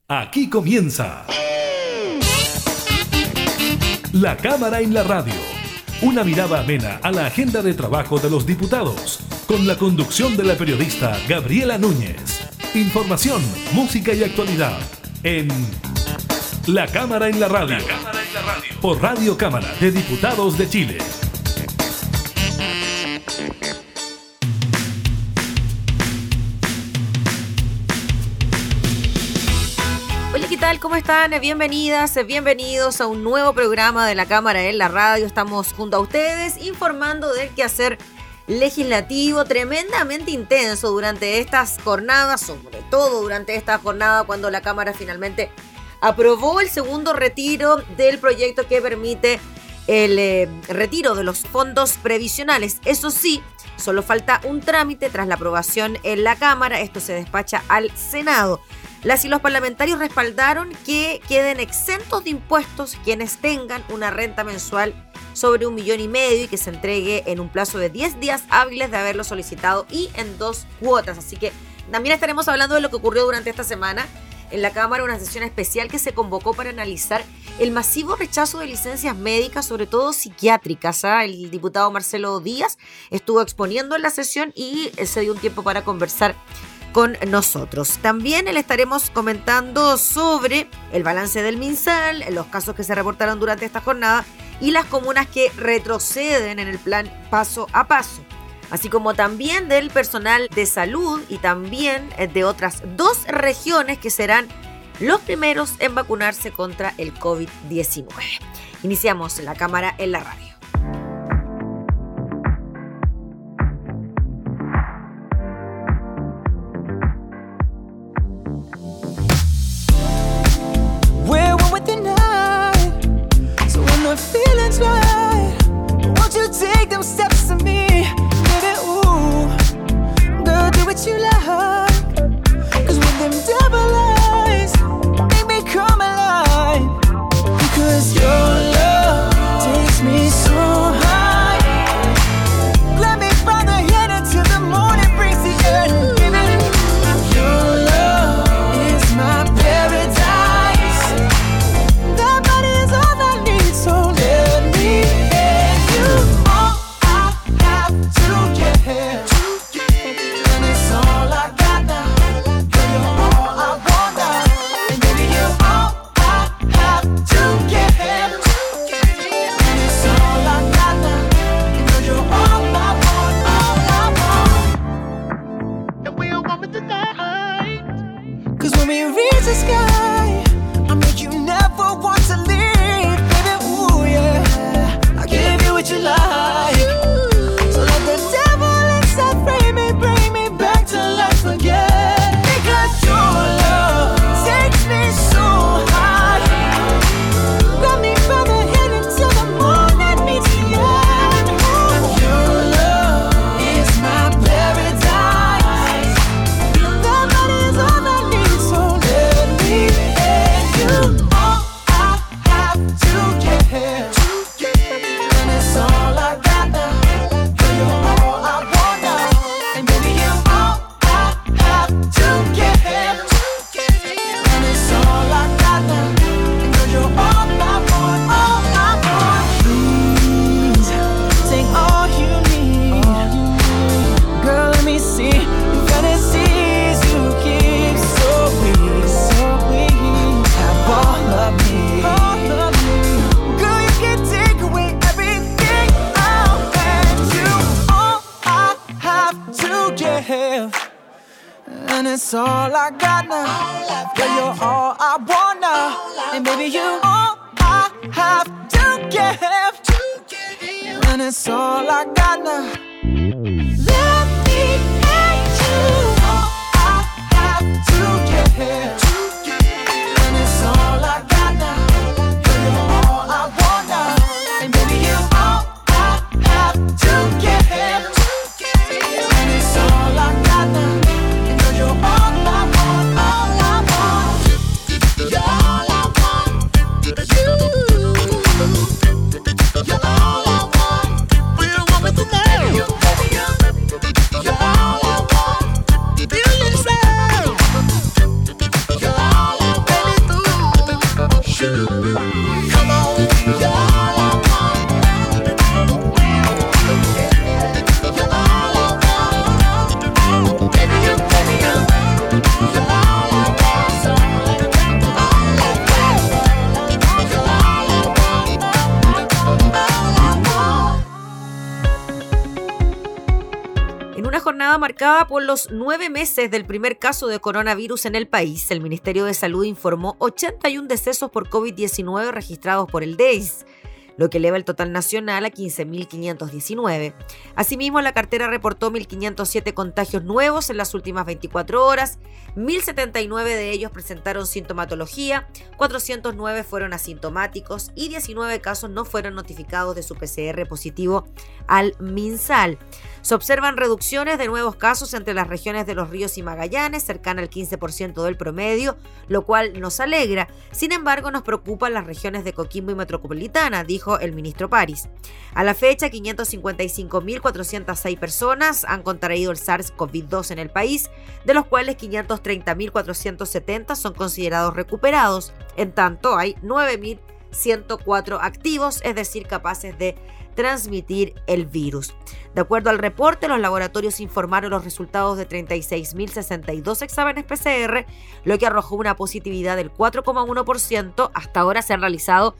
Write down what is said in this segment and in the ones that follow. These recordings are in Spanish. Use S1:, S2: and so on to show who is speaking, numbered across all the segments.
S1: Aquí comienza La Cámara en la Radio. Una mirada amena a la agenda de trabajo de los diputados, con la conducción de la periodista Gabriela Núñez. Información, música y actualidad en La Cámara en la Radio. Por Radio Cámara de Diputados de Chile.
S2: Hola, ¿qué tal? ¿Cómo están? Bienvenidas, bienvenidos a un nuevo programa de La Cámara en la Radio. Estamos junto a ustedes informando del quehacer legislativo tremendamente intenso durante estas jornadas, sobre todo durante esta jornada cuando la Cámara finalmente aprobó el segundo retiro del proyecto que permite el retiro de los fondos previsionales. Eso sí, solo falta un trámite tras la aprobación en la Cámara. Esto se despacha al Senado. Las y los parlamentarios respaldaron que queden exentos de impuestos quienes tengan una renta mensual sobre 1,5 millones y que se entregue en un plazo de 10 días hábiles de haberlo solicitado y en 2 cuotas. Así que también estaremos hablando de lo que ocurrió durante esta semana en la Cámara, una sesión especial que se convocó para analizar el masivo rechazo de licencias médicas, sobre todo psiquiátricas. El diputado Marcelo Díaz estuvo exponiendo en la sesión y se dio un tiempo para conversar con nosotros. También le estaremos comentando sobre el balance del MinSal, los casos que se reportaron durante esta jornada y las comunas que retroceden en el plan paso a paso, así como también del personal de salud y también de otras 2 regiones que serán los primeros en vacunarse contra el COVID-19. Iniciamos La Cámara en la Radio.
S3: Feelings right, won't you take them steps to me, baby, ooh, girl, do what you like, cause with them devil eyes, make me come alive, because your love takes me so high, let me find the head until the morning brings the earth, baby, your love is my paradise, that body is all I need, so the sky, I'll make you never want to leave, baby, ooh, yeah, I'll give you what you like, so let the devil inside bring me back to life again, because your love takes me so high, got me from the head until the morning meets the end, your love is my paradise, that body is all I need, so it's all I got now, girl, you're all I want now, and baby, you all I have to give, and it's all I got now, let me make you all I have to give, and it's all I got now, girl, you're all I want now, and baby, you all I have to give, and it's all I got now. You're all I want, all I want. You're all I want. You're all I want. We're one with the night. Come on, you're all I want. You're all I want. Baby, you, you're all I want. You're all I want.
S2: En una jornada marcada por los 9 meses del primer caso de coronavirus en el país, el Ministerio de Salud informó 81 decesos por COVID-19 registrados por el DEIS, lo que eleva el total nacional a 15.519. Asimismo, la cartera reportó 1.507 contagios nuevos en las últimas 24 horas, 1.079 de ellos presentaron sintomatología, 409 fueron asintomáticos y 19 casos no fueron notificados de su PCR positivo al MinSal. Se observan reducciones de nuevos casos entre las regiones de Los Ríos y Magallanes, cercana al 15% del promedio, lo cual nos alegra. Sin embargo, nos preocupan las regiones de Coquimbo y Metropolitana, dijo el ministro París. A la fecha, 555.406 personas han contraído el SARS-CoV-2 en el país, de los cuales 530.470 son considerados recuperados. En tanto, hay 9.104 activos, es decir, capaces de transmitir el virus. De acuerdo al reporte, los laboratorios informaron los resultados de 36.062 exámenes PCR, lo que arrojó una positividad del 4,1%. Hasta ahora se han realizado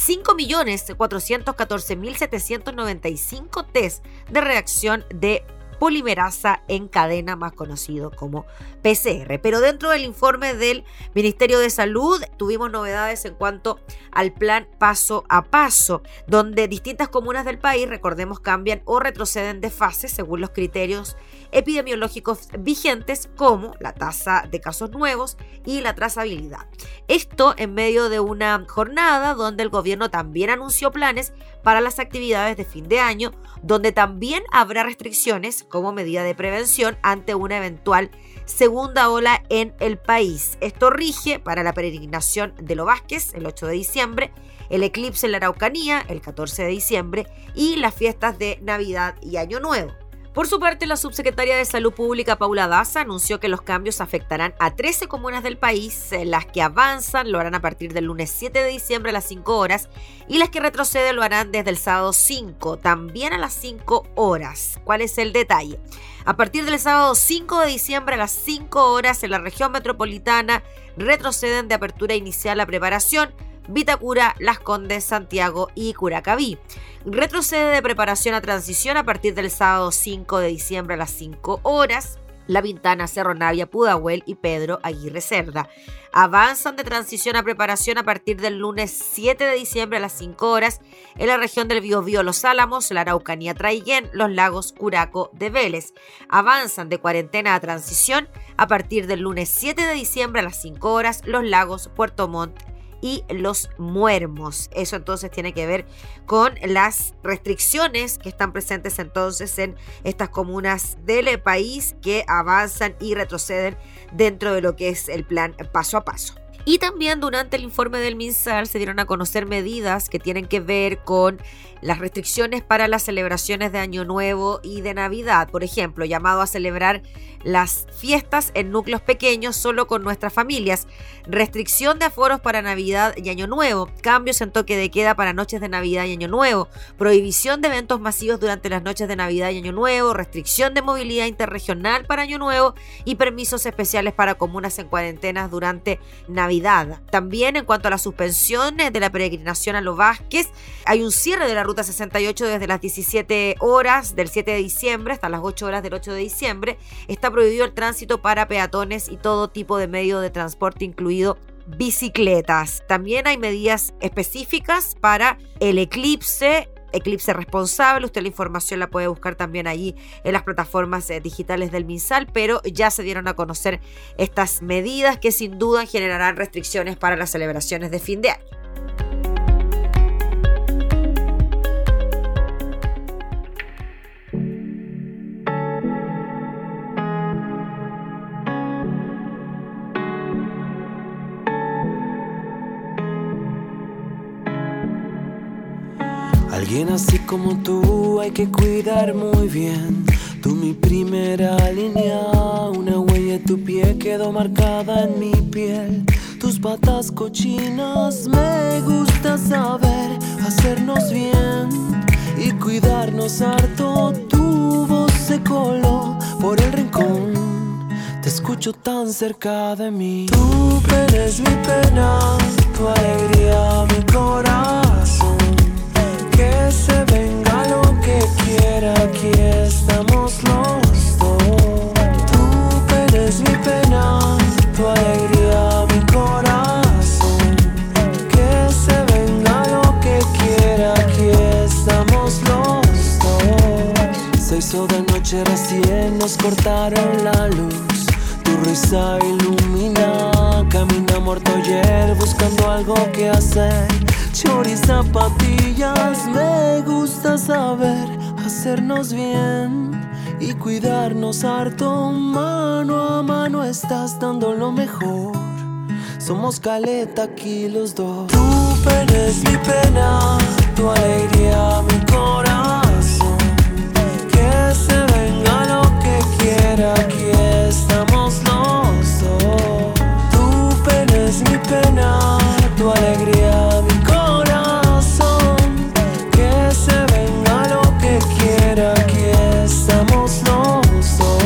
S2: 5.414.795 test de reacción de polimerasa en cadena, más conocido como PCR. Pero dentro del informe del Ministerio de Salud tuvimos novedades en cuanto al plan paso a paso, donde distintas comunas del país, recordemos, cambian o retroceden de fase según los criterios epidemiológicos vigentes, como la tasa de casos nuevos y la trazabilidad. Esto en medio de una jornada donde el gobierno también anunció planes para las actividades de fin de año, donde también habrá restricciones como medida de prevención ante una eventual segunda ola en el país. Esto rige para la peregrinación de Lo Vázquez el 8 de diciembre, el eclipse en la Araucanía el 14 de diciembre y las fiestas de Navidad y Año Nuevo. Por su parte, la subsecretaria de Salud Pública, Paula Daza, anunció que los cambios afectarán a 13 comunas del país. Las que avanzan lo harán a partir del lunes 7 de diciembre a las 5 horas y las que retroceden lo harán desde el sábado 5, también a las 5 horas. ¿Cuál es el detalle? A partir del sábado 5 de diciembre a las 5 horas en la región metropolitana retroceden de apertura inicial a preparación Vitacura, Las Condes, Santiago y Curacaví. Retrocede de preparación a transición a partir del sábado 5 de diciembre a las 5 horas La Pintana, Cerro Navia, Pudahuel y Pedro Aguirre Cerda. Avanzan de transición a preparación a partir del lunes 7 de diciembre a las 5 horas en la región del Biobío, Los Álamos, la Araucanía, Traiguén, Los Lagos, Curaco de Vélez. Avanzan de cuarentena a transición a partir del lunes 7 de diciembre a las 5 horas Los Lagos, Puerto Montt y Los Muermos. Eso entonces tiene que ver con las restricciones que están presentes entonces en estas comunas del país que avanzan y retroceden dentro de lo que es el plan paso a paso. Y también durante el informe del MinSal se dieron a conocer medidas que tienen que ver con las restricciones para las celebraciones de Año Nuevo y de Navidad. Por ejemplo, llamado a celebrar las fiestas en núcleos pequeños solo con nuestras familias. Restricción de aforos para Navidad y Año Nuevo. Cambios en toque de queda para noches de Navidad y Año Nuevo. Prohibición de eventos masivos durante las noches de Navidad y Año Nuevo. Restricción de movilidad interregional para Año Nuevo y permisos especiales para comunas en cuarentenas durante Navidad. También en cuanto a la suspensión de la peregrinación a Lo Vázquez, hay un cierre de la Ruta 68 desde las 17 horas del 7 de diciembre hasta las 8 horas del 8 de diciembre. Está prohibido el tránsito para peatones y todo tipo de medio de transporte, incluido bicicletas. También hay medidas específicas para el eclipse responsable. Usted la información la puede buscar también allí en las plataformas digitales del MinSal, pero ya se dieron a conocer estas medidas que sin duda generarán restricciones para las celebraciones de fin de año.
S4: Alguien así como tú hay que cuidar muy bien. Tú mi primera línea, una huella de tu pie quedó marcada en mi piel. Tus tus patas cochinas. Me gusta saber hacernos bien y cuidarnos harto. Tu voz se coló por el rincón, te escucho tan cerca de mí. Tu pena es mi pena, tu alegría mi corazón. Que se venga lo que quiera, aquí estamos los dos. Tu pena es mi pena, tu alegría mi corazón. Que se venga lo que quiera, aquí estamos los dos. Se hizo de noche recién, nos cortaron la luz. Tu risa ilumina, camina muerto ayer buscando algo que hacer. Chori zapatillas, me gusta saber hacernos bien y cuidarnos harto. Mano a mano estás dando lo mejor. Somos caleta aquí los dos. Tu pena es mi pena, tu alegría mi corazón. Que se venga lo que quiera, aquí estamos los dos. Tu pena es mi pena, tu alegría mi corazón. Que se venga lo que quiera, aquí estamos los dos.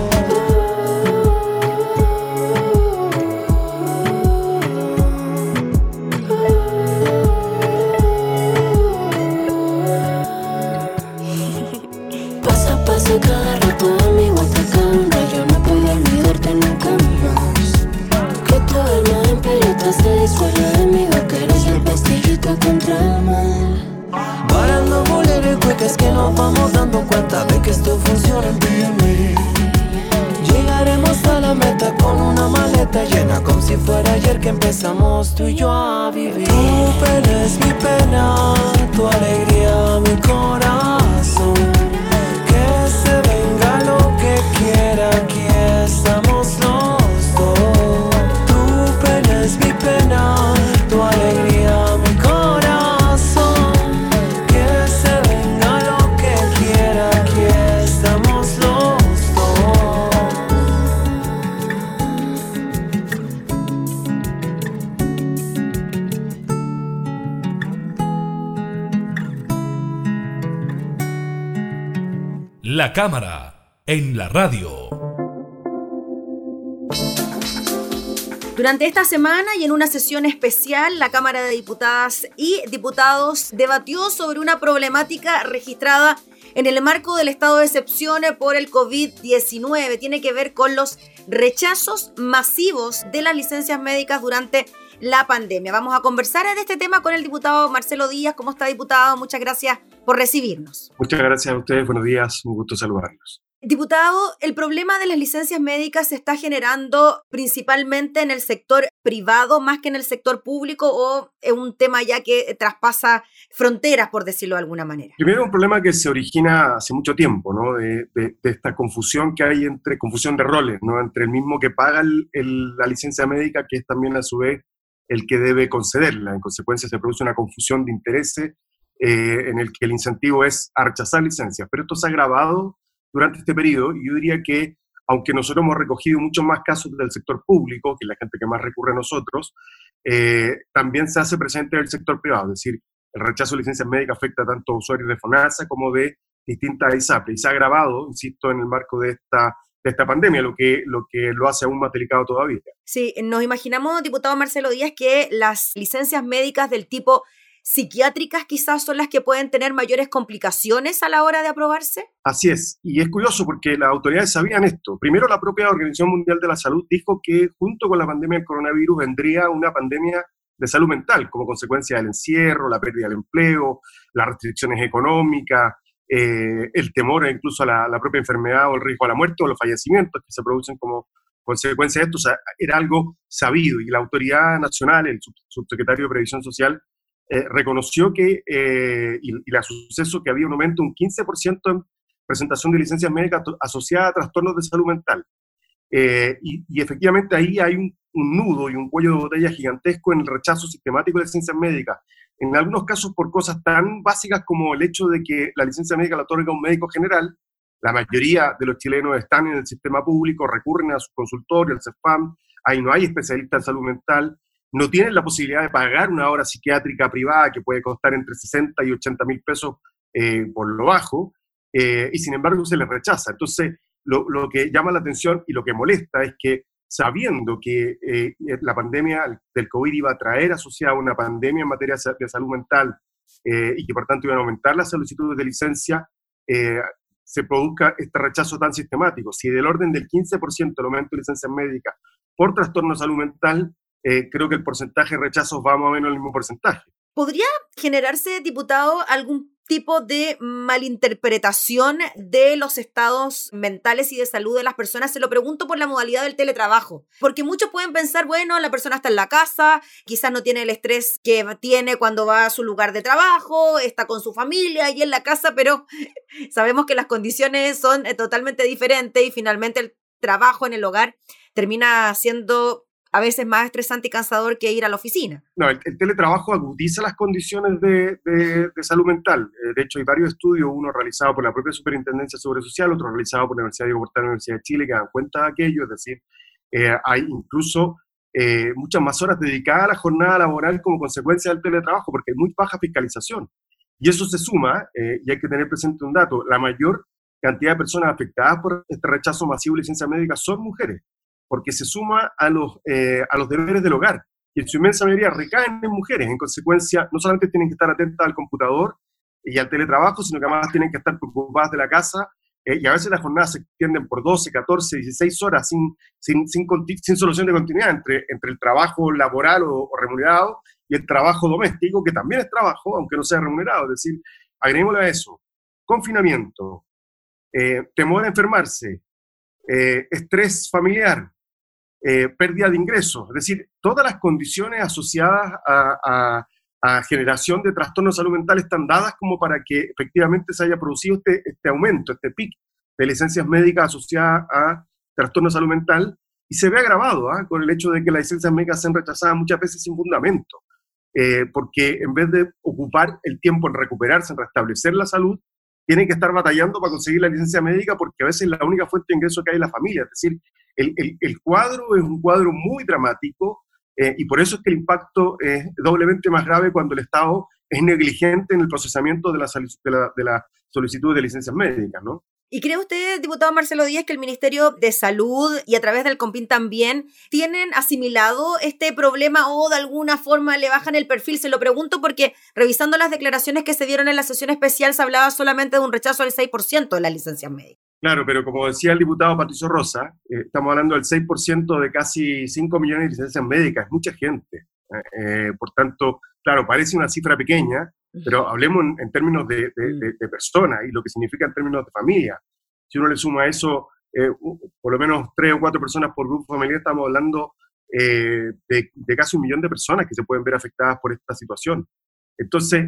S5: Paso a paso cada rato amigo atacando. Yo no puedo olvidarte nunca más. Que tu alma en pelotas se disuelve de mi boca. Eres la pastillita contra el mal.
S4: Parando boler el cueca es que nos vamos dando cuenta de que esto funciona en ti y en mí. Llegaremos a la meta con una maleta llena como si fuera ayer que empezamos tú y yo a vivir. Tu pena es mi pena, tu alegría mi corazón. Que se venga lo que quiera, aquí estamos los dos. Tu pena es mi pena, tu alegría mi corazón. Que se venga lo que quiera, aquí estamos los dos.
S1: La cámara en la radio.
S2: Durante esta semana y en una sesión especial, la Cámara de Diputadas y Diputados debatió sobre una problemática registrada en el marco del estado de excepción por el COVID-19. Tiene que ver con los rechazos masivos de las licencias médicas durante la pandemia. Vamos a conversar de este tema con el diputado Marcelo Díaz. ¿Cómo está, diputado? Muchas gracias por recibirnos.
S6: Muchas gracias a ustedes, buenos días, un gusto saludarlos.
S2: Diputado, el problema de las licencias médicas se está generando principalmente en el sector privado más que en el sector público, o es un tema ya que traspasa fronteras, por decirlo de alguna manera.
S6: Primero, un problema que se origina hace mucho tiempo, ¿no? De esta confusión que hay confusión de roles, ¿no? Entre el mismo que paga la licencia médica, que es también a su vez el que debe concederla. En consecuencia, se produce una confusión de intereses en el que el incentivo es a rechazar licencias. Pero esto se ha agravado durante este periodo, y yo diría que, aunque nosotros hemos recogido muchos más casos del sector público, que es la gente que más recurre a nosotros, también se hace presente en el sector privado. Es decir, el rechazo de licencias médicas afecta tanto a usuarios de FONASA como de distintas ISAPRE, y se ha agravado, insisto, en el marco de esta pandemia, lo que lo hace aún más delicado todavía.
S2: Sí, nos imaginamos, diputado Marcelo Díaz, que las licencias médicas del tipo psiquiátricas quizás son las que pueden tener mayores complicaciones a la hora de aprobarse.
S6: Así es, y es curioso porque las autoridades sabían esto. Primero, la propia Organización Mundial de la Salud dijo que junto con la pandemia del coronavirus vendría una pandemia de salud mental como consecuencia del encierro, la pérdida del empleo, las restricciones económicas, el temor incluso a la propia enfermedad o el riesgo a la muerte o los fallecimientos que se producen como consecuencia de esto. O sea, era algo sabido, y la autoridad nacional, el subsecretario de Previsión Social, reconoció que, y le suceso que había un aumento de un 15% en presentación de licencias médicas asociadas a trastornos de salud mental. Y efectivamente ahí hay un nudo y un cuello de botella gigantesco en el rechazo sistemático de licencias médicas. En algunos casos por cosas tan básicas como el hecho de que la licencia médica la otorga un médico general. La mayoría de los chilenos están en el sistema público, recurren a su consultorio, al CEFAM, ahí no hay especialistas en salud mental. no tienen la posibilidad de pagar una hora psiquiátrica privada que puede costar entre 60 y 80 mil pesos por lo bajo, y sin embargo se les rechaza. Entonces, lo que llama la atención y lo que molesta es que, sabiendo que la pandemia del COVID iba a traer asociada una pandemia en materia de salud mental y que por tanto iban a aumentar las solicitudes de licencia, se produzca este rechazo tan sistemático. Si del orden del 15% el aumento de licencias médicas por trastorno de salud mental, creo que el porcentaje de rechazos va más o menos al mismo porcentaje.
S2: ¿Podría generarse, diputado, algún tipo de malinterpretación de los estados mentales y de salud de las personas? Se lo pregunto por la modalidad del teletrabajo, porque muchos pueden pensar, bueno, la persona está en la casa, quizás no tiene el estrés que tiene cuando va a su lugar de trabajo, está con su familia y en la casa, pero sabemos que las condiciones son totalmente diferentes y finalmente el trabajo en el hogar termina siendo a veces más estresante y cansador que ir a la oficina.
S6: No, el teletrabajo agudiza las condiciones de salud mental. De hecho, hay varios estudios, uno realizado por la propia Superintendencia de Seguridad Social, otro realizado por la Universidad Diego Portales de la Universidad de Chile, que dan cuenta de aquello. Es decir, hay incluso muchas más horas dedicadas a la jornada laboral como consecuencia del teletrabajo, porque hay muy baja fiscalización. Y eso se suma, y hay que tener presente un dato, la mayor cantidad de personas afectadas por este rechazo masivo de licencia médica son mujeres, porque se suma a los deberes del hogar, y en su inmensa mayoría recaen en mujeres. En consecuencia, no solamente tienen que estar atentas al computador y al teletrabajo, sino que además tienen que estar preocupadas de la casa, y a veces las jornadas se extienden por 12, 14, 16 horas sin solución de continuidad entre el trabajo laboral o remunerado y el trabajo doméstico, que también es trabajo, aunque no sea remunerado. Es decir, agreguémosle a eso confinamiento, temor a enfermarse, estrés familiar, pérdida de ingresos, es decir, todas las condiciones asociadas a generación de trastornos de salud mental están dadas como para que efectivamente se haya producido este aumento, este pic de licencias médicas asociadas a trastornos de salud mental, y se ve agravado con el hecho de que las licencias médicas sean rechazadas muchas veces sin fundamento, porque en vez de ocupar el tiempo en recuperarse, en restablecer la salud, tienen que estar batallando para conseguir la licencia médica, porque a veces es la única fuente de ingreso que hay en la familia. Es decir, el cuadro es un cuadro muy dramático, y por eso es que el impacto es doblemente más grave cuando el Estado es negligente en el procesamiento de la solicitud de licencias médicas, ¿no?
S2: ¿Y cree usted, diputado Marcelo Díaz, que el Ministerio de Salud y a través del COMPIN también tienen asimilado este problema o de alguna forma le bajan el perfil? Se lo pregunto porque revisando las declaraciones que se dieron en la sesión especial se hablaba solamente de un rechazo del 6% de las licencias médicas.
S6: Claro, pero como decía el diputado Patricio Rosa, estamos hablando del 6% de casi 5 millones de licencias médicas, es mucha gente. Por tanto, claro, parece una cifra pequeña, pero hablemos en términos de personas y lo que significa en términos de familia. Si uno le suma a eso, por lo menos 3 o 4 personas por grupo familiar, estamos hablando de casi 1 millón de personas que se pueden ver afectadas por esta situación. Entonces,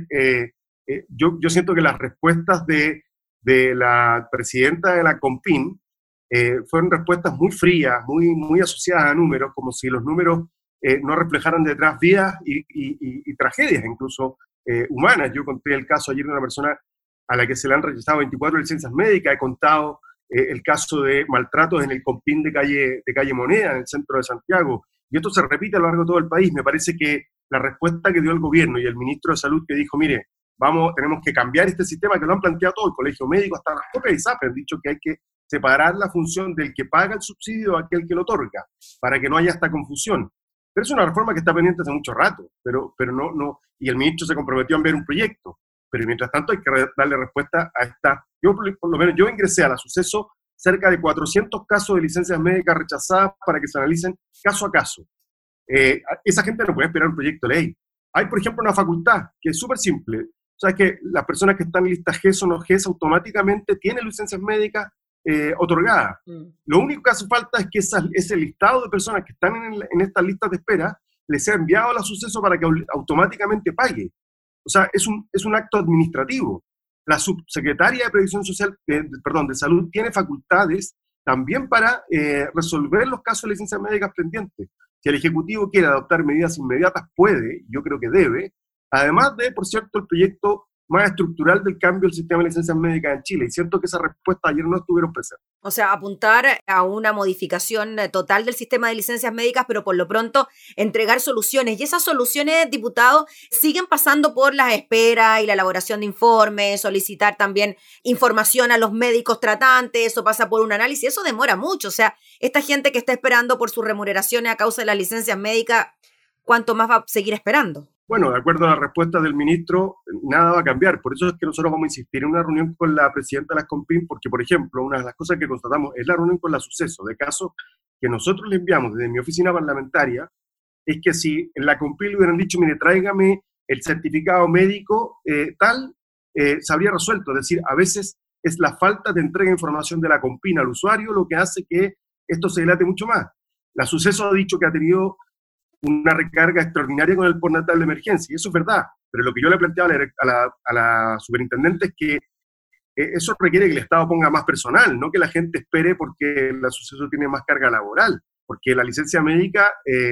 S6: yo siento que las respuestas de la presidenta de la COMPIN fueron respuestas muy frías, muy asociadas a números, como si los números no reflejaran detrás vidas y tragedias incluso humanas. Yo conté el caso ayer de una persona a la que se le han rechazado 24 licencias médicas. He contado el caso de maltratos en el COMPIN de calle Moneda, en el centro de Santiago, y esto se repite a lo largo de todo el país. Me parece que la respuesta que dio el gobierno y el ministro de Salud, que dijo, mire, tenemos que cambiar este sistema, que lo han planteado todo el Colegio Médico, hasta las propias ISAPRE han dicho que hay que separar la función del que paga el subsidio a aquel que lo otorga, para que no haya esta confusión. Pero es una reforma que está pendiente hace mucho rato, pero no, y el ministro se comprometió a enviar un proyecto, pero mientras tanto hay que darle respuesta a esta. Por lo menos yo ingresé a la Suceso cerca de 400 casos de licencias médicas rechazadas para que se analicen caso a caso. Esa gente no puede esperar un proyecto de ley. Hay, por ejemplo, una facultad que es súper simple. O sea, que las personas que están en lista GES o no GES automáticamente tienen licencias médicas otorgadas. Lo único que hace falta es que ese listado de personas que están en estas listas de espera les sea enviado a la Suceso para que automáticamente pague. O sea, es un acto administrativo. La subsecretaria de Previsión Social, de Salud, tiene facultades también para resolver los casos de licencias médicas pendientes. Si el Ejecutivo quiere adoptar medidas inmediatas, puede, yo creo que debe, además de, por cierto, el proyecto más estructural del cambio del sistema de licencias médicas en Chile. Y siento que esa respuesta ayer no estuvieron presentes.
S2: O sea, apuntar a una modificación total del sistema de licencias médicas, pero por lo pronto entregar soluciones. Y esas soluciones, diputado, siguen pasando por las esperas y la elaboración de informes, solicitar también información a los médicos tratantes, eso pasa por un análisis, eso demora mucho. O sea, esta gente que está esperando por sus remuneraciones a causa de las licencias médicas, ¿cuánto más va a seguir esperando?
S6: Bueno, de acuerdo a la respuesta del ministro, nada va a cambiar. Por eso es que nosotros vamos a insistir en una reunión con la presidenta de las CONPIN, porque, por ejemplo, una de las cosas que constatamos es la reunión con la Suceso, de casos que nosotros le enviamos desde mi oficina parlamentaria, es que si en la CONPIN le hubieran dicho, mire, tráigame el certificado médico se habría resuelto. Es decir, a veces es la falta de entrega de información de la CONPIN al usuario lo que hace que esto se dilate mucho más. La Suceso ha dicho que ha tenido una recarga extraordinaria con el postnatal de emergencia, y eso es verdad, pero lo que yo le planteaba a la superintendente es que eso requiere que el Estado ponga más personal, no que la gente espere porque la Suceso tiene más carga laboral, porque la licencia médica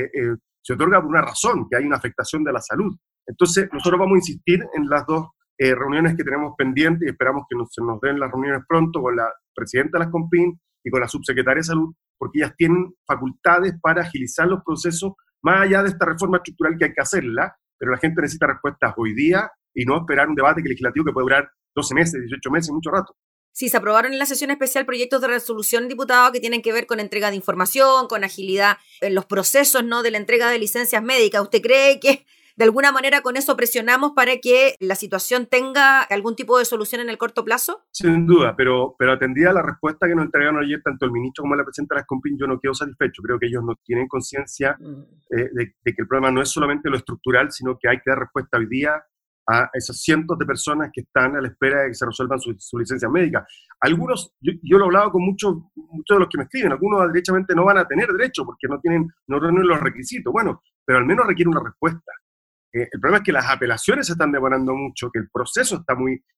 S6: se otorga por una razón, que hay una afectación de la salud. Entonces, nosotros vamos a insistir en las dos reuniones que tenemos pendientes y esperamos que se nos den las reuniones pronto con la presidenta de las CONPIN y con la subsecretaria de Salud, porque ellas tienen facultades para agilizar los procesos más allá de esta reforma estructural que hay que hacerla, pero la gente necesita respuestas hoy día y no esperar un debate legislativo que puede durar 12 meses, 18 meses, mucho rato.
S2: Sí, se aprobaron en la sesión especial proyectos de resolución, diputado, que tienen que ver con entrega de información, con agilidad en los procesos, ¿no?, de la entrega de licencias médicas. ¿Usted cree que de alguna manera con eso presionamos para que la situación tenga algún tipo de solución en el corto plazo?
S6: Sin duda, pero atendida la respuesta que nos entregaron ayer tanto el ministro como la presidenta de las CONPIN, yo no quedo satisfecho. Creo que ellos no tienen conciencia de que el problema no es solamente lo estructural, sino que hay que dar respuesta hoy día a esos cientos de personas que están a la espera de que se resuelvan su licencia médica. Algunos, yo lo he hablado con muchos de los que me escriben, algunos derechamente no van a tener derecho porque no tienen los requisitos. Bueno, pero al menos requiere una respuesta. El problema es que las apelaciones se están demorando mucho, que el proceso está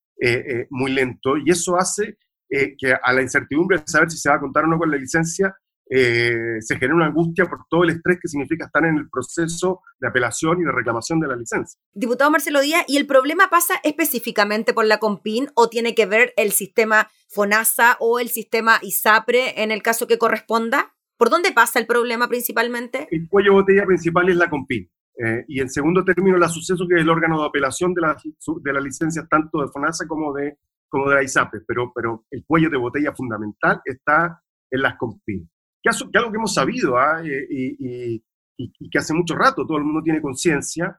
S6: muy lento, y eso hace que a la incertidumbre de saber si se va a contar o no con la licencia, se genera una angustia por todo el estrés que significa estar en el proceso de apelación y de reclamación de la licencia.
S2: Diputado Marcelo Díaz, ¿y el problema pasa específicamente por la CONPIN o tiene que ver el sistema FONASA o el sistema ISAPRE en el caso que corresponda? ¿Por dónde pasa el problema principalmente?
S6: El cuello de botella principal es la CONPIN. Y en segundo término, la Suceso, que es el órgano de apelación de las licencias tanto de FONASA como de la ISAPRE, pero el cuello de botella fundamental está en las CONPIN. Que algo que hemos sabido y que hace mucho rato todo el mundo tiene conciencia,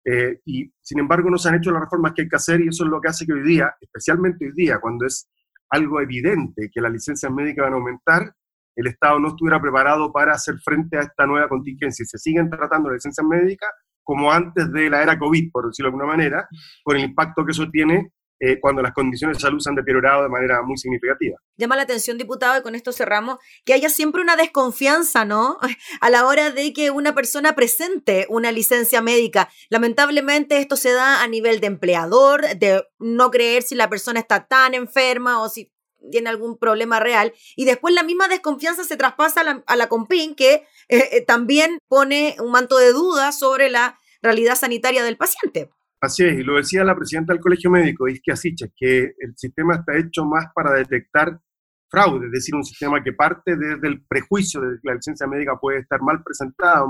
S6: y sin embargo no se han hecho las reformas que hay que hacer, y eso es lo que hace que hoy día, especialmente hoy día, cuando es algo evidente que las licencias médicas van a aumentar, el Estado no estuviera preparado para hacer frente a esta nueva contingencia. Se siguen tratando las licencias médicas como antes de la era COVID, por decirlo de alguna manera, con el impacto que eso tiene cuando las condiciones de salud se han deteriorado de manera muy significativa.
S2: Llama la atención, diputado, y con esto cerramos, que haya siempre una desconfianza, ¿no?, a la hora de que una persona presente una licencia médica. Lamentablemente esto se da a nivel de empleador, de no creer si la persona está tan enferma o si tiene algún problema real, y después la misma desconfianza se traspasa a la CONPIN, que también pone un manto de duda sobre la realidad sanitaria del paciente.
S6: Así es, y lo decía la presidenta del Colegio Médico, Isquia Siches, que el sistema está hecho más para detectar fraude, es decir, un sistema que parte desde el prejuicio de que la licencia médica puede estar mal presentada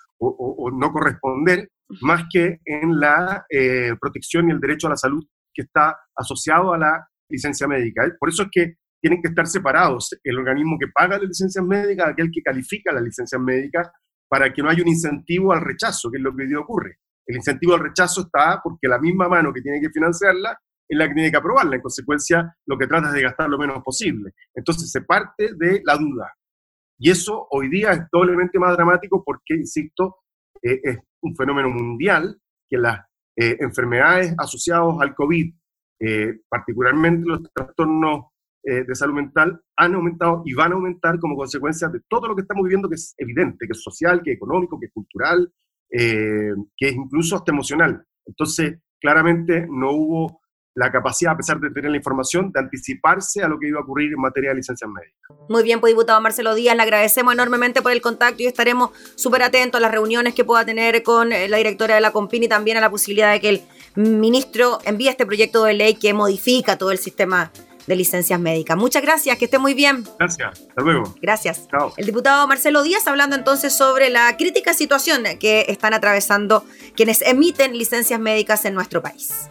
S6: o no corresponder, más que en la protección y el derecho a la salud que está asociado a la licencia médica. Por eso es que tienen que estar separados el organismo que paga las licencias médicas, aquel que califica las licencias médicas, para que no haya un incentivo al rechazo, que es lo que hoy día ocurre. El incentivo al rechazo está porque la misma mano que tiene que financiarla es la que tiene que aprobarla. En consecuencia, lo que trata es de gastar lo menos posible. Entonces se parte de la duda. Y eso hoy día es doblemente más dramático porque, insisto, es un fenómeno mundial que las enfermedades asociadas al COVID, particularmente los trastornos de salud mental, han aumentado y van a aumentar como consecuencia de todo lo que estamos viviendo, que es evidente, que es social, que es económico, que es cultural, que es incluso hasta emocional. Entonces, claramente no hubo la capacidad, a pesar de tener la información, de anticiparse a lo que iba a ocurrir en materia de licencias médicas.
S2: Muy bien, pues, diputado Marcelo Díaz, le agradecemos enormemente por el contacto y estaremos súper atentos a las reuniones que pueda tener con la directora de la CONPIN y también a la posibilidad de que el ministro envíe este proyecto de ley que modifica todo el sistema de licencias médicas. Muchas gracias, que esté muy bien.
S6: Gracias, hasta luego.
S2: Gracias.
S6: Chao.
S2: El diputado Marcelo Díaz hablando entonces sobre la crítica situación que están atravesando quienes emiten licencias médicas en nuestro país.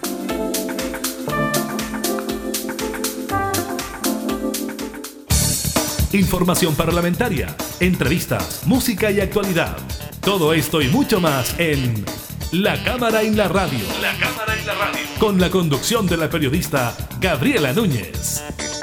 S1: Información parlamentaria, entrevistas, música y actualidad. Todo esto y mucho más en La Cámara en la Radio. La Cámara en la Radio. Con la conducción de la periodista Gabriela Núñez.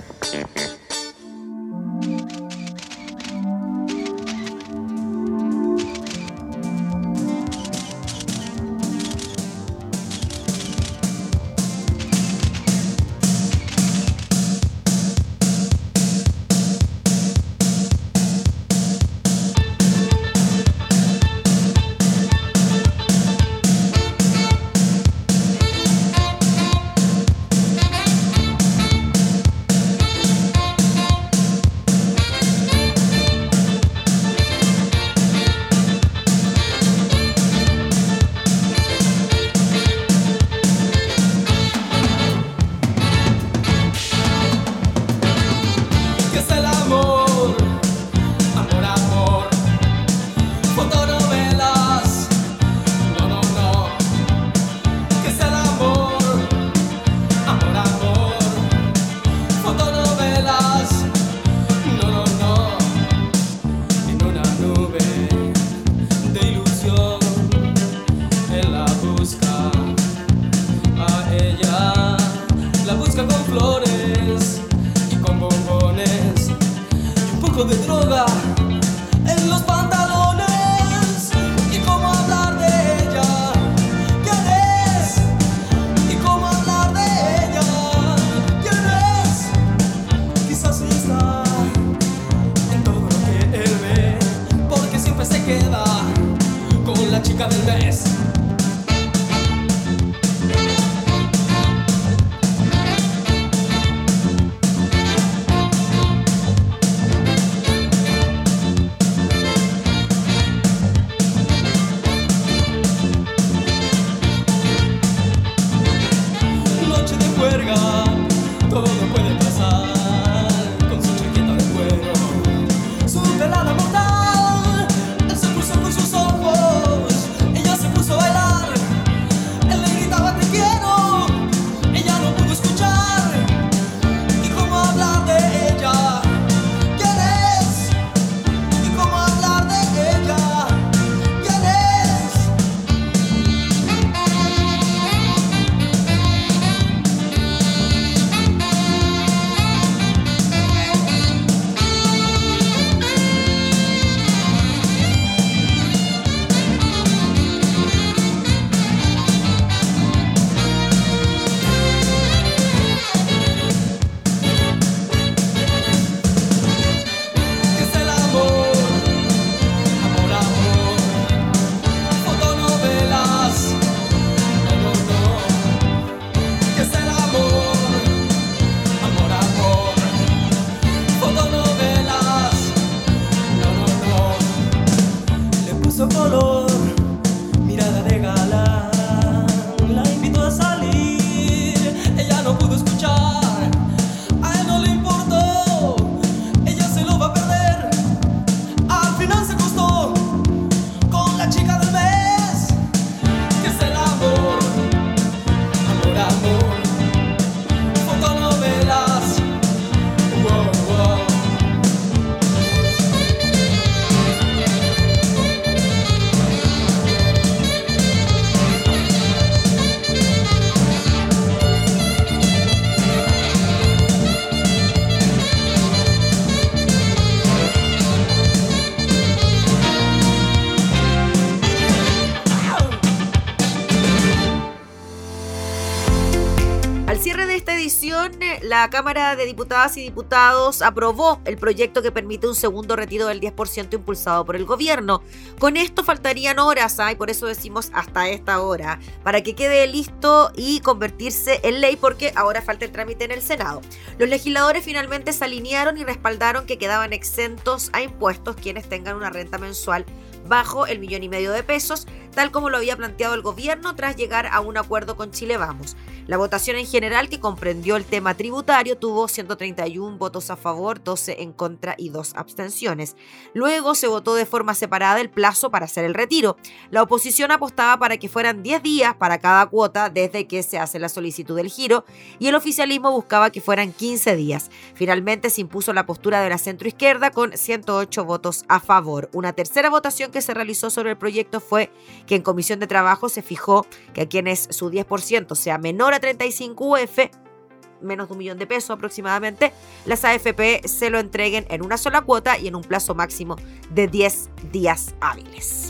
S2: La Cámara de Diputadas y Diputados aprobó el proyecto que permite un segundo retiro del 10% impulsado por el gobierno. Con esto faltarían horas, y por eso decimos hasta esta hora, para que quede listo y convertirse en ley, porque ahora falta el trámite en el Senado. Los legisladores finalmente se alinearon y respaldaron que quedaban exentos a impuestos quienes tengan una renta mensual bajo el $1,5 millones de pesos, tal como lo había planteado el gobierno tras llegar a un acuerdo con Chile Vamos. La votación en general, que comprendió el tema tributario, tuvo 131 votos a favor, 12 en contra y 2 abstenciones. Luego se votó de forma separada el plazo para hacer el retiro. La oposición apostaba para que fueran 10 días para cada cuota desde que se hace la solicitud del giro, y el oficialismo buscaba que fueran 15 días. Finalmente se impuso la postura de la centroizquierda con 108 votos a favor. Una tercera votación que se realizó sobre el proyecto fue que en Comisión de Trabajo se fijó que a quienes su 10% sea menor a 35 UF, menos de $1.000.000 aproximadamente, las AFP se lo entreguen en una sola cuota y en un plazo máximo de 10 días hábiles.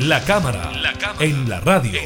S1: La cámara en la radio.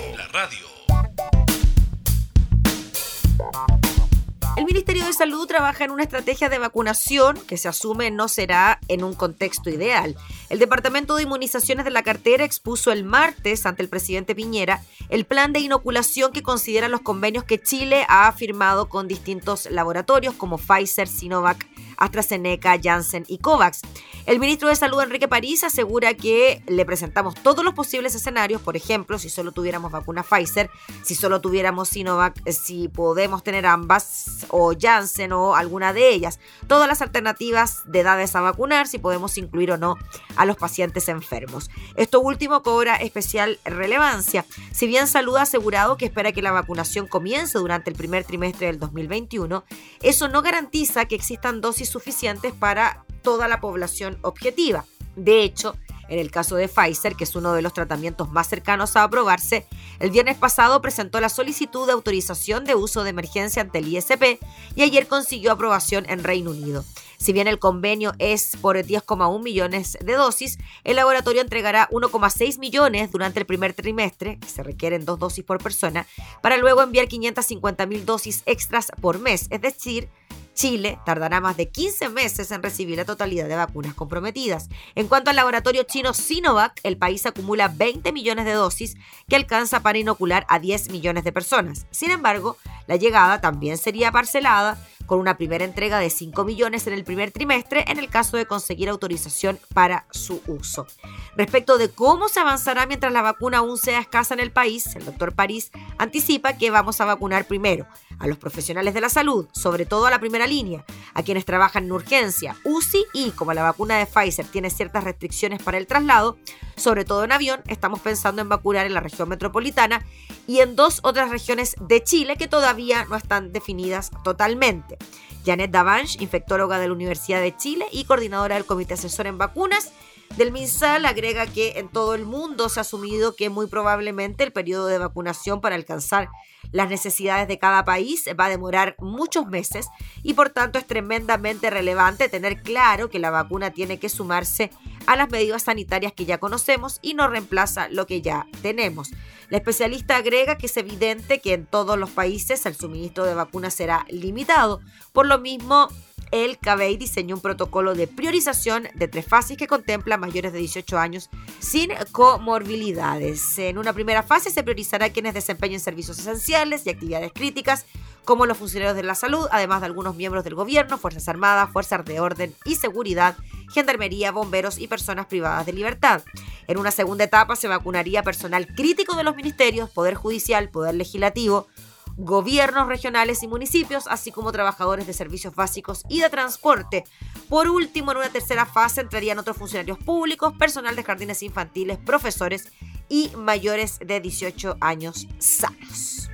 S2: El Ministerio de Salud trabaja en una estrategia de vacunación que se asume no será en un contexto ideal. El Departamento de Inmunizaciones de la Cartera expuso el martes ante el presidente Piñera el plan de inoculación que considera los convenios que Chile ha firmado con distintos laboratorios como Pfizer, Sinovac, AstraZeneca, Janssen y COVAX. El ministro de Salud, Enrique París, asegura que le presentamos todos los posibles escenarios, por ejemplo, si solo tuviéramos vacuna Pfizer, si solo tuviéramos Sinovac, si podemos tener ambas, o Janssen o alguna de ellas, todas las alternativas de edades a vacunar, si podemos incluir o no a los pacientes enfermos. Esto último cobra especial relevancia. Si bien Salud ha asegurado que espera que la vacunación comience durante el primer trimestre del 2021, eso no garantiza que existan dosis suficientes para toda la población objetiva. De hecho, en el caso de Pfizer, que es uno de los tratamientos más cercanos a aprobarse, el viernes pasado presentó la solicitud de autorización de uso de emergencia ante el ISP y ayer consiguió aprobación en Reino Unido. Si bien el convenio es por 10,1 millones de dosis, el laboratorio entregará 1,6 millones durante el primer trimestre, que se requieren 2 dosis por persona, para luego enviar 550.000 dosis extras por mes, es decir, Chile tardará más de 15 meses en recibir la totalidad de vacunas comprometidas. En cuanto al laboratorio chino Sinovac, el país acumula 20 millones de dosis que alcanza para inocular a 10 millones de personas. Sin embargo, la llegada también sería parcelada con una primera entrega de 5 millones en el primer trimestre en el caso de conseguir autorización para su uso. Respecto de cómo se avanzará mientras la vacuna aún sea escasa en el país, el doctor París anticipa que vamos a vacunar primero a los profesionales de la salud, sobre todo a la primera línea, a quienes trabajan en urgencia, UCI y, como la vacuna de Pfizer tiene ciertas restricciones para el traslado, sobre todo en avión, estamos pensando en vacunar en la región metropolitana y en 2 otras regiones de Chile que todavía no están definidas totalmente. Janet Davanche, infectóloga de la Universidad de Chile y coordinadora del Comité Asesor en Vacunas del MinSal, agrega que en todo el mundo se ha asumido que muy probablemente el periodo de vacunación para alcanzar las necesidades de cada país va a demorar muchos meses y por tanto es tremendamente relevante tener claro que la vacuna tiene que sumarse a las medidas sanitarias que ya conocemos y no reemplaza lo que ya tenemos. La especialista agrega que es evidente que en todos los países el suministro de vacunas será limitado. Por lo mismo, el CABEI diseñó un protocolo de priorización de 3 fases que contempla mayores de 18 años sin comorbilidades. En una primera fase se priorizará quienes desempeñen servicios esenciales y actividades críticas, como los funcionarios de la salud, además de algunos miembros del gobierno, Fuerzas Armadas, Fuerzas de Orden y Seguridad, Gendarmería, bomberos y personas privadas de libertad. En una segunda etapa se vacunaría personal crítico de los ministerios, Poder Judicial, Poder Legislativo, gobiernos regionales y municipios, así como trabajadores de servicios básicos y de transporte. Por último, en una tercera fase entrarían otros funcionarios públicos, personal de jardines infantiles, profesores y mayores de 18 años sanos.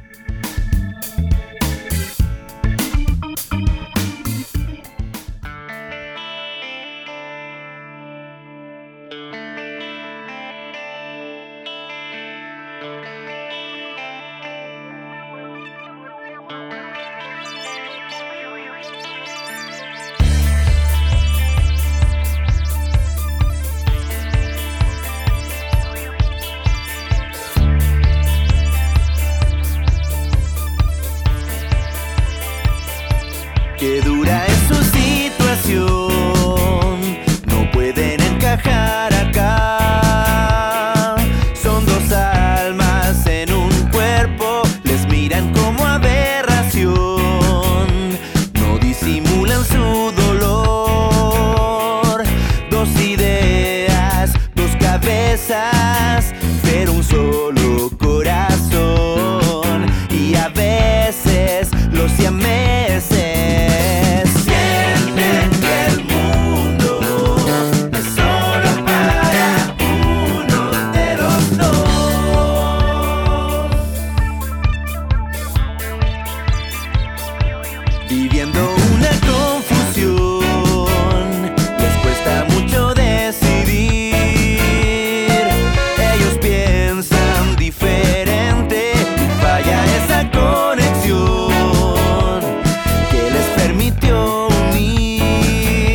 S4: Qué dura es su situación, no pueden encajar acá. Son 2 almas en un cuerpo, les miran como aberración. No disimulan su dolor. 2 ideas, 2 cabezas, pero un solo corazón. Y a veces los siameses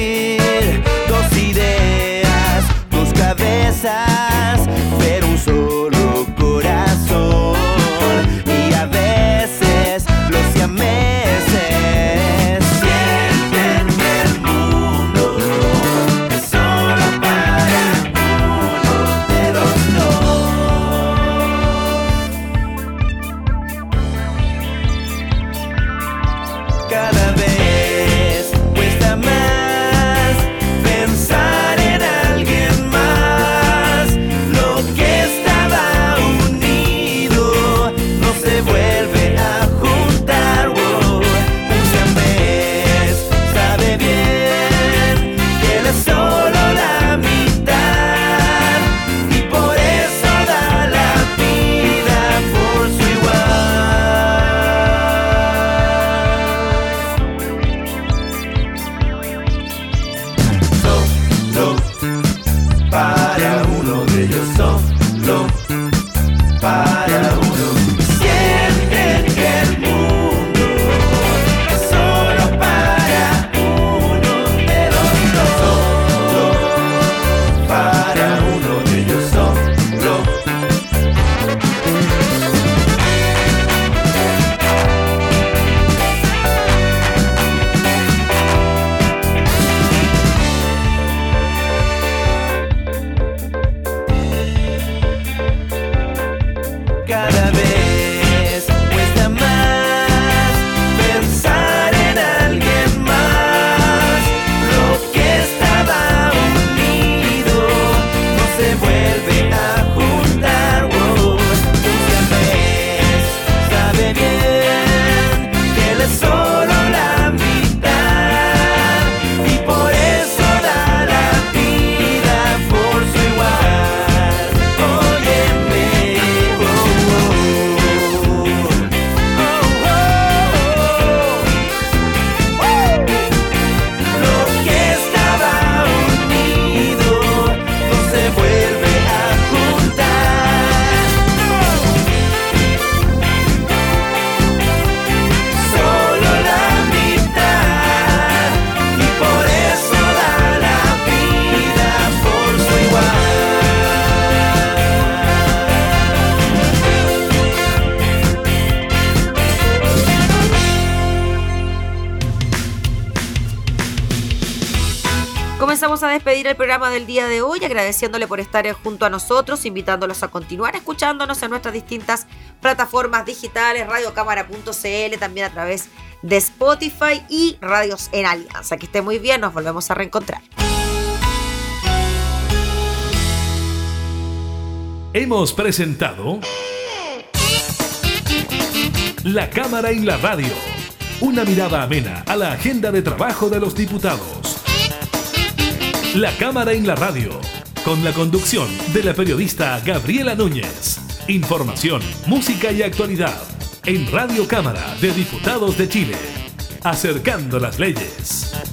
S4: pero un solo Cada vez cuesta más pensar en alguien más. Lo que estaba unido no se vuelve a juntar. Wow. Un siamés sabe bien que él es solo la mitad y por eso da la vida por su igual. Solo para uno de ellos, solo para uno. Sienten que el mundo es solo para uno de los dos. Solo para uno de ellos, solo. Cada vez cuesta más pensar en alguien más. Lo que estaba unido no se vuelve a juntar. Wow. Un siamés sabe bien que él es solo la mitad y por eso da la vida por su igual. Óyeme. Lo que estaba unido no se vuelve a juntar. Solo la mitad y por eso da la vida por su igual.
S2: Comenzamos a despedir el programa del día de hoy, agradeciéndole por estar junto a nosotros, invitándolos a continuar escuchándonos en nuestras distintas plataformas digitales, radiocámara.cl, también a través de Spotify y Radios en Alianza. Que esté muy bien, nos volvemos a reencontrar.
S1: Hemos presentado La Cámara en la Radio, una mirada amena a la agenda de trabajo de los diputados. La Cámara en la Radio, con la conducción de la periodista Gabriela Núñez. Información, música y actualidad en Radio Cámara de Diputados de Chile, acercando las leyes.